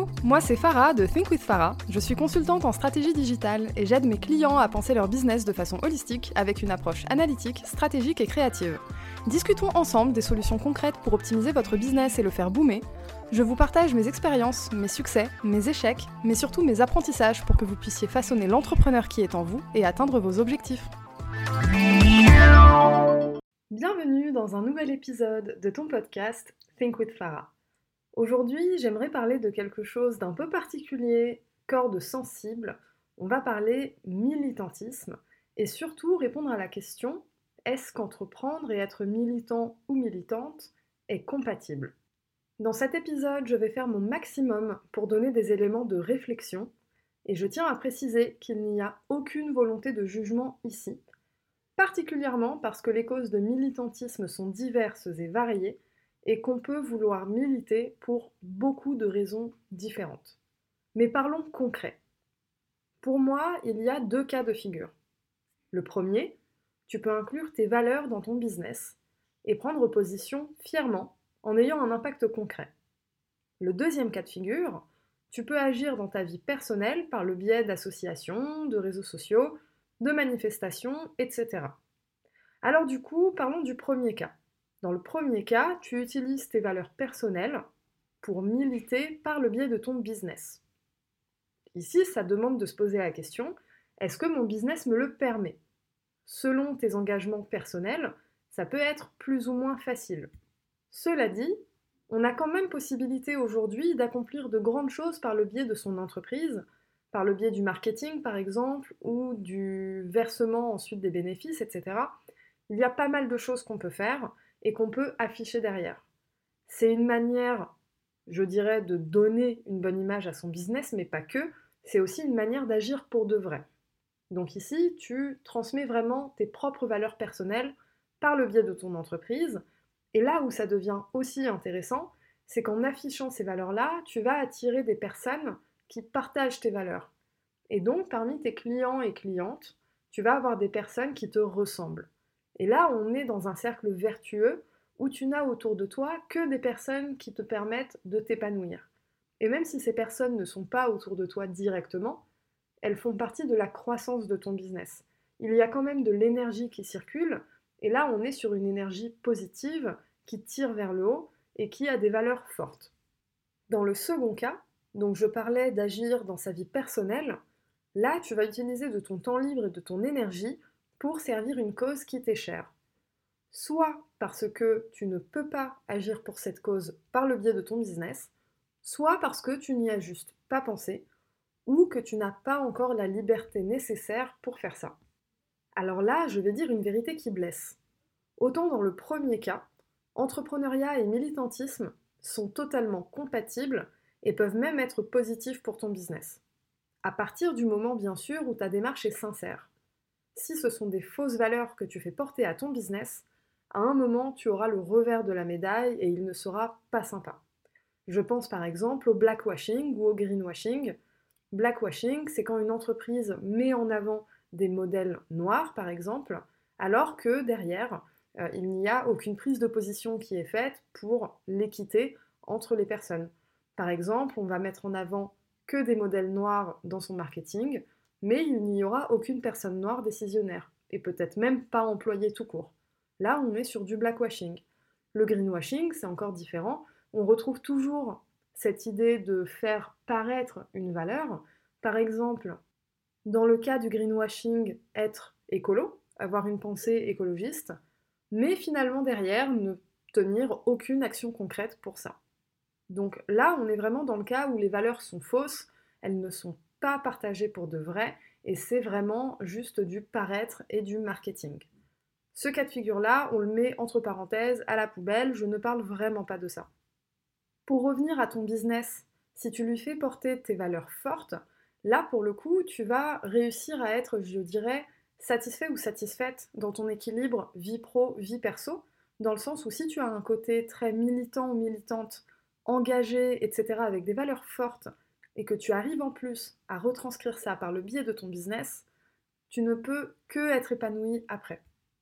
Coucou, moi c'est Farah de Think with Farah. Je suis consultante en stratégie digitale et j'aide mes clients à penser leur business de façon holistique avec une approche analytique, stratégique et créative. Discutons ensemble des solutions concrètes pour optimiser votre business et le faire boomer. Je vous partage mes expériences, mes succès, mes échecs, mais surtout mes apprentissages pour que vous puissiez façonner l'entrepreneur qui est en vous et atteindre vos objectifs. Bienvenue dans un nouvel épisode de ton podcast Think with Farah. Aujourd'hui, j'aimerais parler de quelque chose d'un peu particulier, corde sensible. On va parler militantisme et surtout répondre à la question: est-ce qu'entreprendre et être militant ou militante est compatible ? Dans cet épisode, je vais faire mon maximum pour donner des éléments de réflexion et je tiens à préciser qu'il n'y a aucune volonté de jugement ici, particulièrement parce que les causes de militantisme sont diverses et variées et qu'on peut vouloir militer pour beaucoup de raisons différentes. Mais parlons concret. Pour moi, il y a deux cas de figure. Le premier, tu peux inclure tes valeurs dans ton business et prendre position fièrement en ayant un impact concret. Le deuxième cas de figure, tu peux agir dans ta vie personnelle par le biais d'associations, de réseaux sociaux, de manifestations, etc. Alors du coup, parlons du premier cas. Dans le premier cas, tu utilises tes valeurs personnelles pour militer par le biais de ton business. Ici, ça demande de se poser la question: est-ce que mon business me le permet ? Selon tes engagements personnels, ça peut être plus ou moins facile. Cela dit, on a quand même possibilité aujourd'hui d'accomplir de grandes choses par le biais de son entreprise, par le biais du marketing par exemple, ou du versement ensuite des bénéfices, etc. Il y a pas mal de choses qu'on peut faire et qu'on peut afficher derrière. C'est une manière, je dirais, de donner une bonne image à son business, mais pas que, c'est aussi une manière d'agir pour de vrai. Donc ici, tu transmets vraiment tes propres valeurs personnelles par le biais de ton entreprise, et là où ça devient aussi intéressant, c'est qu'en affichant ces valeurs-là, tu vas attirer des personnes qui partagent tes valeurs. Et donc, parmi tes clients et clientes, tu vas avoir des personnes qui te ressemblent. Et là, on est dans un cercle vertueux où tu n'as autour de toi que des personnes qui te permettent de t'épanouir. Et même si ces personnes ne sont pas autour de toi directement, elles font partie de la croissance de ton business. Il y a quand même de l'énergie qui circule, et là, on est sur une énergie positive qui tire vers le haut et qui a des valeurs fortes. Dans le second cas, donc je parlais d'agir dans sa vie personnelle, là, tu vas utiliser de ton temps libre et de ton énergie pour servir une cause qui t'est chère. Soit parce que tu ne peux pas agir pour cette cause par le biais de ton business, soit parce que tu n'y as juste pas pensé, ou que tu n'as pas encore la liberté nécessaire pour faire ça. Alors là, je vais dire une vérité qui blesse. Autant dans le premier cas, entrepreneuriat et militantisme sont totalement compatibles et peuvent même être positifs pour ton business. À partir du moment, bien sûr, où ta démarche est sincère. Si ce sont des fausses valeurs que tu fais porter à ton business, à un moment, tu auras le revers de la médaille et il ne sera pas sympa. Je pense par exemple au blackwashing ou au greenwashing. Blackwashing, c'est quand une entreprise met en avant des modèles noirs, par exemple, alors que derrière, il n'y a aucune prise de position qui est faite pour l'équité entre les personnes. Par exemple, on va mettre en avant que des modèles noirs dans son marketing, mais il n'y aura aucune personne noire décisionnaire, et peut-être même pas employée tout court. Là, on est sur du blackwashing. Le greenwashing, c'est encore différent. On retrouve toujours cette idée de faire paraître une valeur. Par exemple, dans le cas du greenwashing, être écolo, avoir une pensée écologiste, mais finalement derrière ne tenir aucune action concrète pour ça. Donc là, on est vraiment dans le cas où les valeurs sont fausses, elles ne sont pas partagées pour de vrai, et c'est vraiment juste du paraître et du marketing. Ce cas de figure-là, on le met entre parenthèses à la poubelle, je ne parle vraiment pas de ça. Pour revenir à ton business, si tu lui fais porter tes valeurs fortes, là pour le coup, tu vas réussir à être, je dirais, satisfait ou satisfaite dans ton équilibre vie pro, vie perso, dans le sens où si tu as un côté très militant ou militante, engagé, etc., avec des valeurs fortes, et que tu arrives en plus à retranscrire ça par le biais de ton business, tu ne peux que être épanoui après.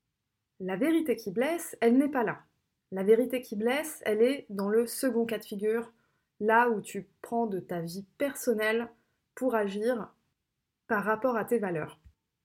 La vérité qui blesse, elle n'est pas là. La vérité qui blesse, elle est dans le second cas de figure, là où tu prends de ta vie personnelle pour agir par rapport à tes valeurs.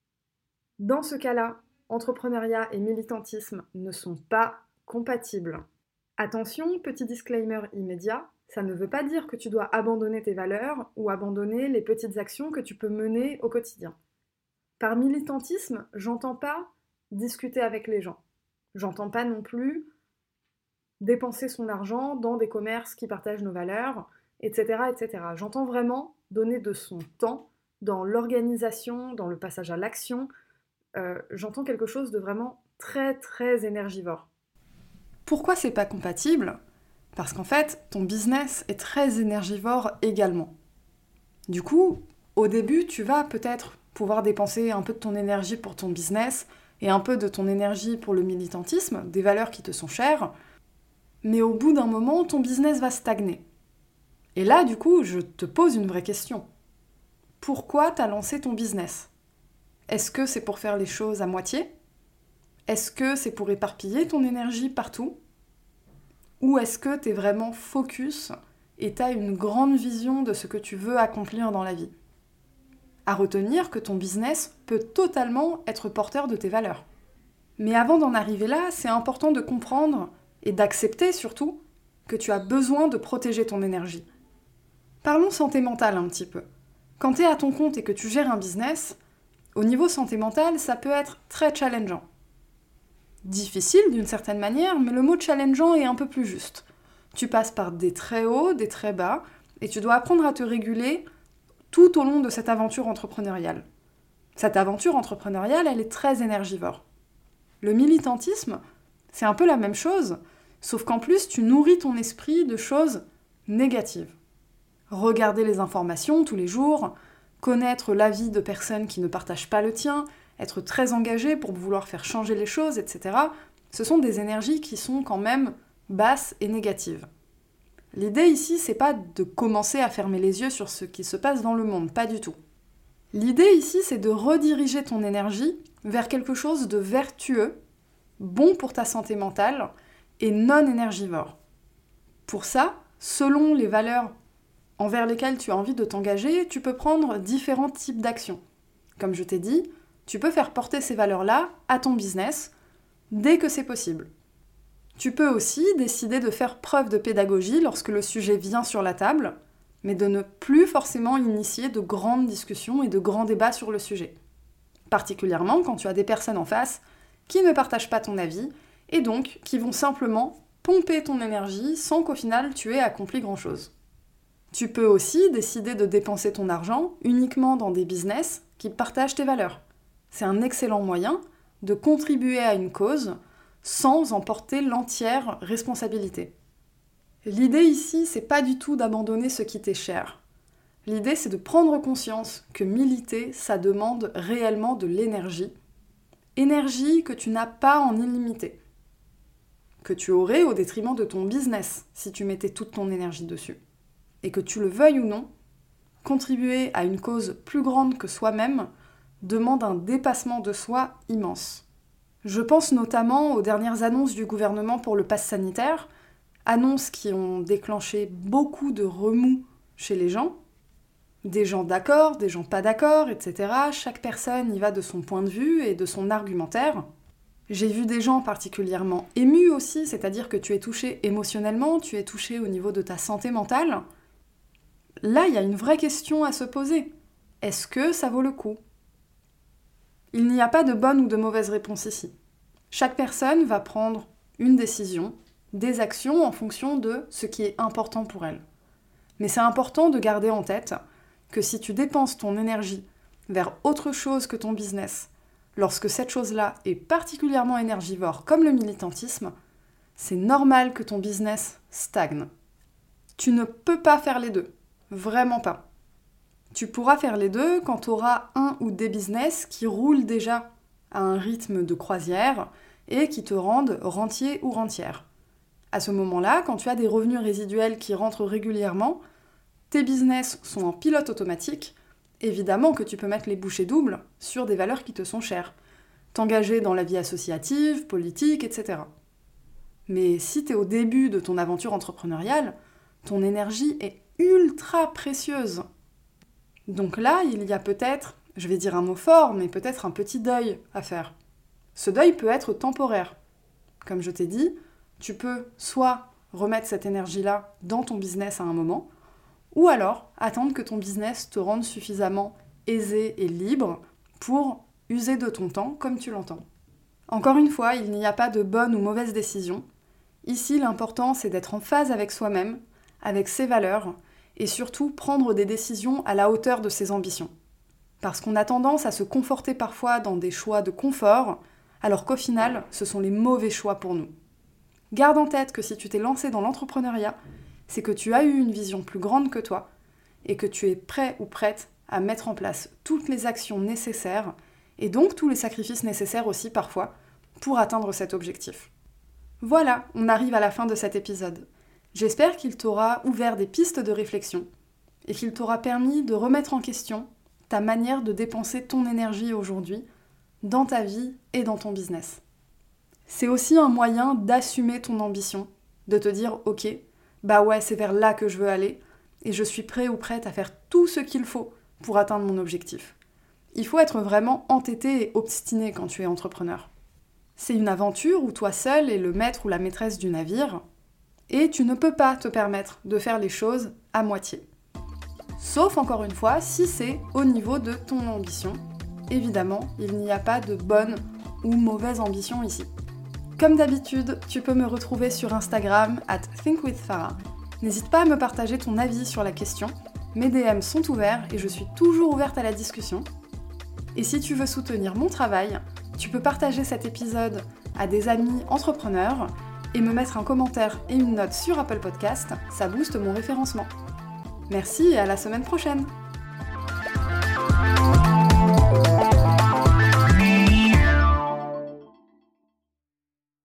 Dans ce cas-là, entrepreneuriat et militantisme ne sont pas compatibles. Attention, petit disclaimer immédiat, ça ne veut pas dire que tu dois abandonner tes valeurs ou abandonner les petites actions que tu peux mener au quotidien. Par militantisme, j'entends pas discuter avec les gens. J'entends pas non plus dépenser son argent dans des commerces qui partagent nos valeurs, etc., etc. J'entends vraiment donner de son temps dans l'organisation, dans le passage à l'action. J'entends quelque chose de vraiment très, très énergivore. Pourquoi c'est pas compatible ? Parce qu'en fait, ton business est très énergivore également. Du coup, au début, tu vas peut-être pouvoir dépenser un peu de ton énergie pour ton business et un peu de ton énergie pour le militantisme, des valeurs qui te sont chères, mais au bout d'un moment, ton business va stagner. Et là, du coup, je te pose une vraie question. Pourquoi t'as lancé ton business ? Est-ce que c'est pour faire les choses à moitié ? Est-ce que c'est pour éparpiller ton énergie partout ? Ou est-ce que t'es vraiment focus et t'as une grande vision de ce que tu veux accomplir dans la vie ? À retenir que ton business peut totalement être porteur de tes valeurs. Mais avant d'en arriver là, c'est important de comprendre et d'accepter surtout que tu as besoin de protéger ton énergie. Parlons santé mentale un petit peu. Quand tu es à ton compte et que tu gères un business, au niveau santé mentale, ça peut être très challengeant. Difficile d'une certaine manière, mais le mot challengeant est un peu plus juste. Tu passes par des très hauts, des très bas, et tu dois apprendre à te réguler tout au long de cette aventure entrepreneuriale. Cette aventure entrepreneuriale, elle est très énergivore. Le militantisme, c'est un peu la même chose, sauf qu'en plus, tu nourris ton esprit de choses négatives. Regarder les informations tous les jours, connaître l'avis de personnes qui ne partagent pas le tien, être très engagé pour vouloir faire changer les choses, etc. Ce sont des énergies qui sont quand même basses et négatives. L'idée ici, c'est pas de commencer à fermer les yeux sur ce qui se passe dans le monde, pas du tout. L'idée ici, c'est de rediriger ton énergie vers quelque chose de vertueux, bon pour ta santé mentale et non énergivore. Pour ça, selon les valeurs envers lesquelles tu as envie de t'engager, tu peux prendre différents types d'actions. Comme je t'ai dit, tu peux faire porter ces valeurs-là à ton business dès que c'est possible. Tu peux aussi décider de faire preuve de pédagogie lorsque le sujet vient sur la table, mais de ne plus forcément initier de grandes discussions et de grands débats sur le sujet. Particulièrement quand tu as des personnes en face qui ne partagent pas ton avis et donc qui vont simplement pomper ton énergie sans qu'au final tu aies accompli grand-chose. Tu peux aussi décider de dépenser ton argent uniquement dans des business qui partagent tes valeurs. C'est un excellent moyen de contribuer à une cause sans en porter l'entière responsabilité. L'idée ici, c'est pas du tout d'abandonner ce qui t'est cher. L'idée, c'est de prendre conscience que militer, ça demande réellement de l'énergie. Énergie que tu n'as pas en illimité. Que tu aurais au détriment de ton business si tu mettais toute ton énergie dessus. Et que tu le veuilles ou non, contribuer à une cause plus grande que soi-même demande un dépassement de soi immense. Je pense notamment aux dernières annonces du gouvernement pour le pass sanitaire, annonces qui ont déclenché beaucoup de remous chez les gens, des gens d'accord, des gens pas d'accord, etc. Chaque personne y va de son point de vue et de son argumentaire. J'ai vu des gens particulièrement émus aussi, c'est-à-dire que tu es touché émotionnellement, tu es touché au niveau de ta santé mentale. Là, il y a une vraie question à se poser. Est-ce que ça vaut le coup ? Il n'y a pas de bonne ou de mauvaise réponse ici. Chaque personne va prendre une décision, des actions en fonction de ce qui est important pour elle. Mais c'est important de garder en tête que si tu dépenses ton énergie vers autre chose que ton business, lorsque cette chose-là est particulièrement énergivore comme le militantisme, c'est normal que ton business stagne. Tu ne peux pas faire les deux, vraiment pas. Tu pourras faire les deux quand tu auras un ou des business qui roulent déjà à un rythme de croisière et qui te rendent rentier ou rentière. À ce moment-là, quand tu as des revenus résiduels qui rentrent régulièrement, tes business sont en pilote automatique, évidemment que tu peux mettre les bouchées doubles sur des valeurs qui te sont chères. T'engager dans la vie associative, politique, etc. Mais si tu es au début de ton aventure entrepreneuriale, ton énergie est ultra précieuse. Donc là, il y a peut-être, je vais dire un mot fort, mais peut-être un petit deuil à faire. Ce deuil peut être temporaire. Comme je t'ai dit, tu peux soit remettre cette énergie-là dans ton business à un moment, ou alors attendre que ton business te rende suffisamment aisé et libre pour user de ton temps comme tu l'entends. Encore une fois, il n'y a pas de bonne ou mauvaise décision. Ici, l'important, c'est d'être en phase avec soi-même, avec ses valeurs, et surtout prendre des décisions à la hauteur de ses ambitions. Parce qu'on a tendance à se conforter parfois dans des choix de confort, alors qu'au final, ce sont les mauvais choix pour nous. Garde en tête que si tu t'es lancé dans l'entrepreneuriat, c'est que tu as eu une vision plus grande que toi, et que tu es prêt ou prête à mettre en place toutes les actions nécessaires, et donc tous les sacrifices nécessaires aussi parfois, pour atteindre cet objectif. Voilà, on arrive à la fin de cet épisode. J'espère qu'il t'aura ouvert des pistes de réflexion et qu'il t'aura permis de remettre en question ta manière de dépenser ton énergie aujourd'hui dans ta vie et dans ton business. C'est aussi un moyen d'assumer ton ambition, de te dire « Ok, bah ouais, c'est vers là que je veux aller et je suis prêt ou prête à faire tout ce qu'il faut pour atteindre mon objectif. » Il faut être vraiment entêté et obstiné quand tu es entrepreneur. C'est une aventure où toi seul es le maître ou la maîtresse du navire et tu ne peux pas te permettre de faire les choses à moitié. Sauf encore une fois, si c'est au niveau de ton ambition. Évidemment, il n'y a pas de bonne ou mauvaise ambition ici. Comme d'habitude, tu peux me retrouver sur Instagram @thinkwithfarah. N'hésite pas à me partager ton avis sur la question. Mes DM sont ouverts et je suis toujours ouverte à la discussion. Et si tu veux soutenir mon travail, tu peux partager cet épisode à des amis entrepreneurs et me mettre un commentaire et une note sur Apple Podcast, ça booste mon référencement. Merci et à la semaine prochaine!